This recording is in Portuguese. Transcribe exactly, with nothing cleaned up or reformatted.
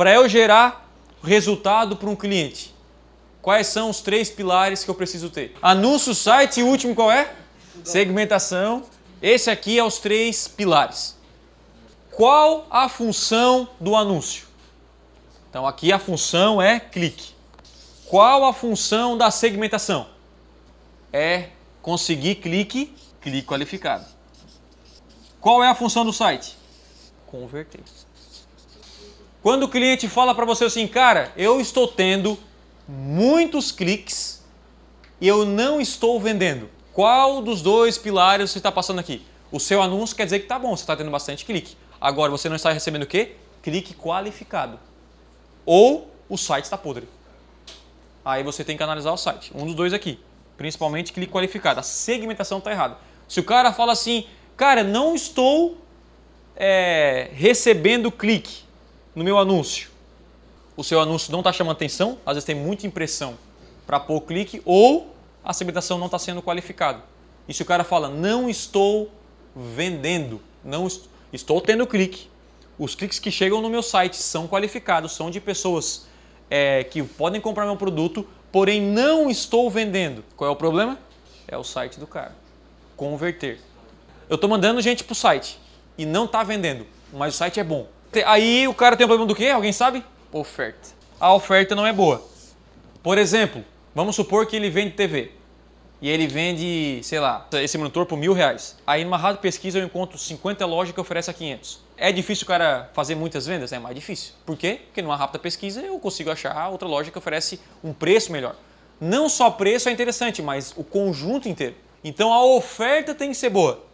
para eu gerar resultado para um cliente, quais são os três pilares que eu preciso ter? Anúncio, site e o último qual é? Segmentação. Esse aqui é os três pilares. Qual a função do anúncio? Então aqui a função é clique. Qual a função da segmentação? É conseguir clique, clique qualificado. Qual é a função do site? Converter. Quando o cliente fala para você assim, cara, eu estou tendo muitos cliques e eu não estou vendendo. Qual dos dois pilares você está passando aqui? O seu anúncio quer dizer que está bom, você está tendo bastante clique. Agora você não está recebendo o quê? Clique qualificado. Ou o site está podre. Aí você tem que analisar o site. Um dos dois aqui. Principalmente clique qualificado. A segmentação está errada. Se o cara fala assim, cara, não estou é, recebendo clique no meu anúncio. O seu anúncio não está chamando atenção. Às vezes tem muita impressão para pôr clique. Ou a segmentação não está sendo qualificada. E se o cara fala, não estou vendendo, não est estou tendo clique. Os cliques que chegam no meu site são qualificados, são de pessoas é, que podem comprar meu produto, porém não estou vendendo. Qual é o problema? É o site do cara. Converter. Eu estou mandando gente para o site e não está vendendo, mas o site é bom. Aí o cara tem um problema do quê? Alguém sabe? Oferta. A oferta não é boa. Por exemplo, vamos supor que ele vende T V e ele vende, sei lá, esse monitor por mil reais. Aí numa rápida pesquisa eu encontro cinquenta lojas que oferecem a quinhentos. É difícil o cara fazer muitas vendas? É mais difícil. Por quê? Porque numa rápida pesquisa eu consigo achar outra loja que oferece um preço melhor. Não só preço é interessante, mas o conjunto inteiro. Então a oferta tem que ser boa.